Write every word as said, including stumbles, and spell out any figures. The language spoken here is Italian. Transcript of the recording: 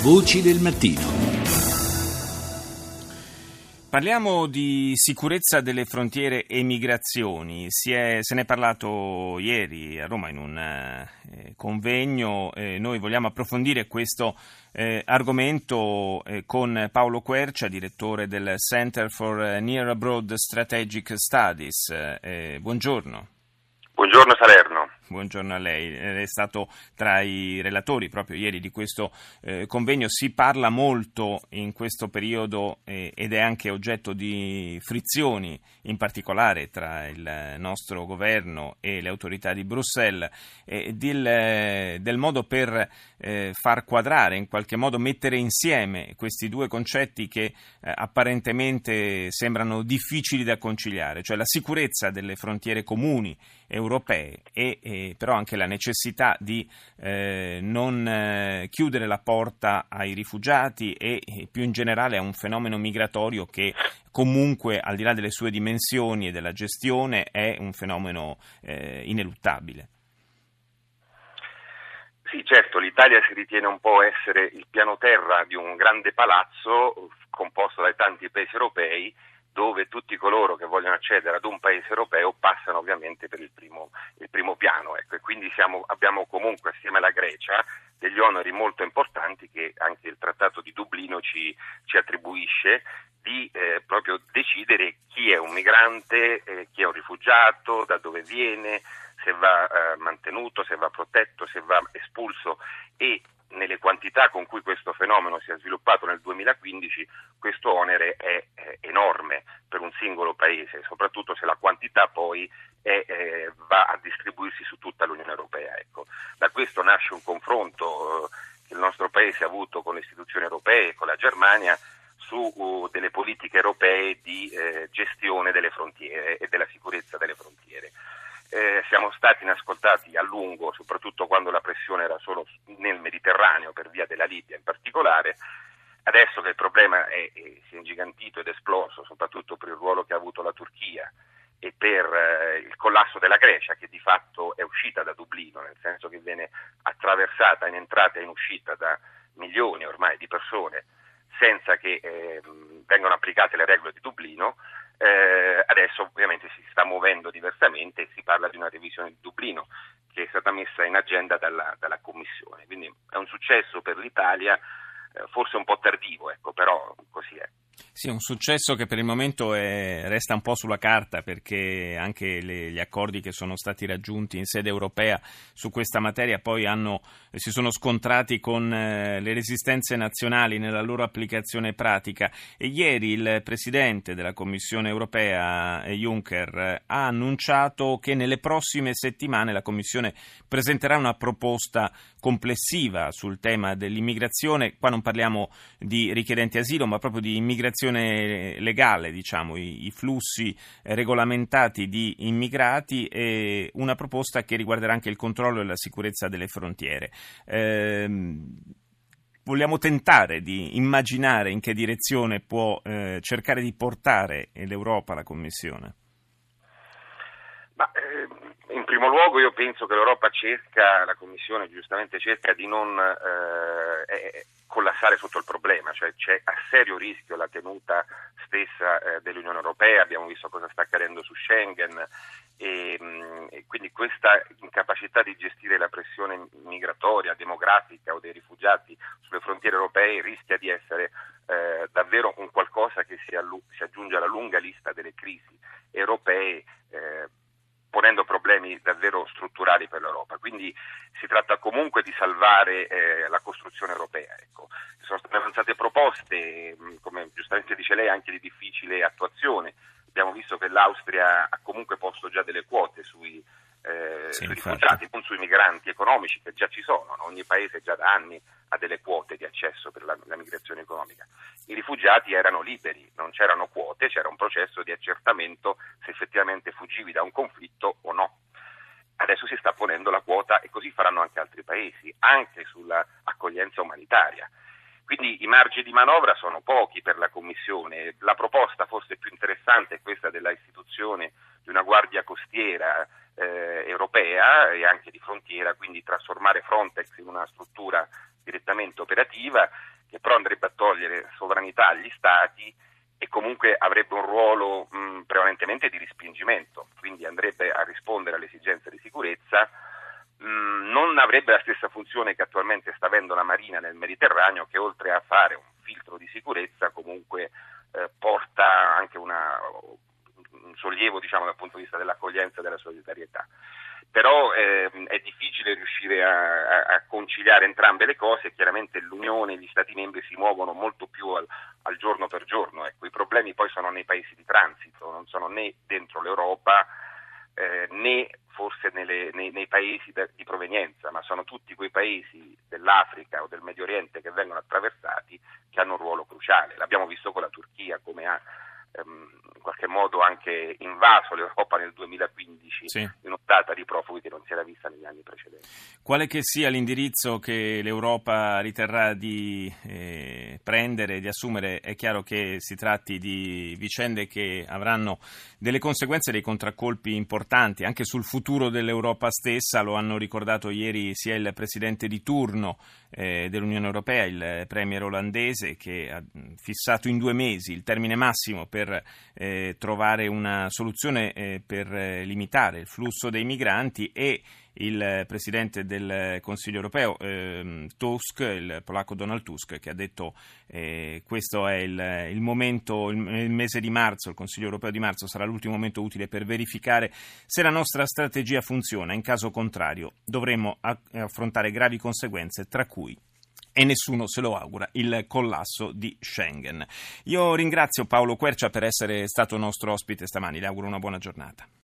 Voci del mattino. Parliamo di sicurezza delle frontiere e migrazioni. Si è, se ne è parlato ieri a Roma in un eh, convegno. Eh, noi vogliamo approfondire questo eh, argomento eh, con Paolo Quercia, direttore del Center for Near Abroad Strategic Studies. Eh, buongiorno. Buongiorno Salerno. Buongiorno a lei, è stato tra i relatori proprio ieri di questo eh, convegno. Si parla molto in questo periodo eh, ed è anche oggetto di frizioni, in particolare tra il nostro governo e le autorità di Bruxelles, eh, del, del modo per eh, far quadrare, in qualche modo mettere insieme questi due concetti che eh, apparentemente sembrano difficili da conciliare, cioè la sicurezza delle frontiere comuni europee e, e però anche la necessità di eh, non eh, chiudere la porta ai rifugiati e, e più in generale a un fenomeno migratorio che comunque, al di là delle sue dimensioni e della gestione, è un fenomeno eh, ineluttabile. Sì, certo, l'Italia si ritiene un po' essere il piano terra di un grande palazzo composto da tanti paesi europei, dove tutti coloro che vogliono accedere ad un paese europeo passano ovviamente per il primo, il primo piano, ecco, e quindi siamo, abbiamo comunque assieme alla Grecia degli oneri molto importanti che anche il Trattato di Dublino ci, ci attribuisce, di eh, proprio decidere chi è un migrante, eh, chi è un rifugiato, da dove viene, se va eh, mantenuto, se va protetto, se va espulso, e nelle quantità con cui questo fenomeno si è sviluppato nel duemilaquindici, questo onere è, è enorme per un singolo paese, soprattutto se la quantità poi è, eh, va a distribuirsi su tutta l'Unione Europea. Ecco. Da questo nasce un confronto eh, che il nostro paese ha avuto con le istituzioni europee, con la Germania, su uh, delle politiche europee di eh, gestione delle frontiere e della sicurezza delle frontiere. Eh, siamo stati inascoltati a lungo, soprattutto quando la pressione era solo nel Mediterraneo, per via della Libia in particolare. Adesso che il problema è, è, si è ingigantito ed esploso, soprattutto per il ruolo che ha avuto la Turchia e per eh, il collasso della Grecia, che di fatto è uscita da Dublino, nel senso che viene attraversata in entrata e in uscita da milioni ormai di persone senza che eh, vengano applicate le regole di Dublino. Eh, adesso ovviamente si sta muovendo diversamente e si parla di una revisione di Dublino che è stata messa in agenda dalla, dalla Commissione, quindi è un successo per l'Italia, eh, forse un po' tardivo, ecco, però così è. Sì, un successo che per il momento è, resta un po' sulla carta, perché anche le, gli accordi che sono stati raggiunti in sede europea su questa materia poi hanno, si sono scontrati con eh, le resistenze nazionali nella loro applicazione pratica. E ieri il Presidente della Commissione europea, Juncker, ha annunciato che nelle prossime settimane la Commissione presenterà una proposta complessiva sul tema dell'immigrazione. Qua non parliamo di richiedenti asilo, ma proprio di immigrazione legale, diciamo, i, i flussi regolamentati di immigrati, e una proposta che riguarderà anche il controllo e la sicurezza delle frontiere. Eh, vogliamo tentare di immaginare in che direzione può eh, cercare di portare l'Europa, la Commissione? Ma, eh, in primo luogo io penso che l'Europa cerca, la Commissione giustamente cerca di non eh, eh, collassare sotto il problema, cioè c'è a serio rischio la tenuta stessa eh, dell'Unione Europea. Abbiamo visto cosa sta accadendo su Schengen e, mh, e quindi questa incapacità di gestire la pressione migratoria, demografica o dei rifugiati sulle frontiere europee rischia di essere eh, davvero un qualcosa che si, allu- si aggiunge alla lunga lista delle crisi europee, eh, ponendo problemi davvero strutturali per l'Europa. Quindi si tratta comunque di salvare eh, la costruzione europea. Ecco. Sono state avanzate proposte, come giustamente dice lei, anche di difficile attuazione. Abbiamo visto che l'Austria ha comunque posto già delle quote sui, eh, sì, sui rifugiati, non sui migranti economici che già ci sono. No? Ogni paese già da anni ha delle quote di accesso per la, la migrazione economica. I rifugiati erano liberi, non c'erano quote, c'era un processo di accertamento se effettivamente fuggivi da un conflitto o no. Adesso si sta ponendo la quota e così faranno anche altri paesi, anche sull'accoglienza umanitaria. Quindi i margini di manovra sono pochi per la Commissione. La proposta forse più interessante è questa della istituzione di una guardia costiera eh, europea e anche di frontiera, quindi trasformare Frontex in una struttura direttamente operativa che però andrebbe a togliere sovranità agli Stati e comunque avrebbe un ruolo mh, prevalentemente di respingimento, quindi andrebbe a rispondere alle esigenze di sicurezza. Mh, non avrebbe la stessa funzione che attualmente sta avendo la Marina nel Mediterraneo, che oltre a fare un filtro di sicurezza comunque eh, porta anche una, un sollievo, diciamo, dal punto di vista dell'accoglienza e della solidarietà. Però eh, è difficile riuscire a, a conciliare entrambe le cose. Chiaramente l'Unione e gli Stati membri si muovono molto più al, al giorno per giorno. Ecco, i problemi poi sono nei paesi di transito, non sono né dentro l'Europa eh, né forse nelle, nei, nei paesi de, di provenienza, ma sono tutti quei paesi dell'Africa o del Medio Oriente che vengono attraversati che hanno un ruolo cruciale. L'abbiamo visto con la Turchia, come ha ehm, in qualche modo anche invaso l'Europa nel duemilaquindici, sì, in un'ondata di profughi che non si era vista negli anni precedenti. Quale che sia l'indirizzo che l'Europa riterrà di eh, prendere, di assumere, è chiaro che si tratti di vicende che avranno delle conseguenze, dei contraccolpi importanti anche sul futuro dell'Europa stessa. Lo hanno ricordato ieri sia il presidente di turno eh, dell'Unione Europea, il premier olandese, che ha fissato in due mesi il termine massimo per eh, trovare una soluzione eh, per eh, limitare il flusso dei migranti, e il presidente del Consiglio europeo eh, Tusk, il polacco Donald Tusk, che ha detto eh, questo è il, il momento, il, il mese di marzo, il Consiglio europeo di marzo sarà l'ultimo momento utile per verificare se la nostra strategia funziona. In caso contrario dovremmo affrontare gravi conseguenze, tra cui, e nessuno se lo augura, il collasso di Schengen. Io ringrazio Paolo Quercia per essere stato nostro ospite stamani, le auguro una buona giornata.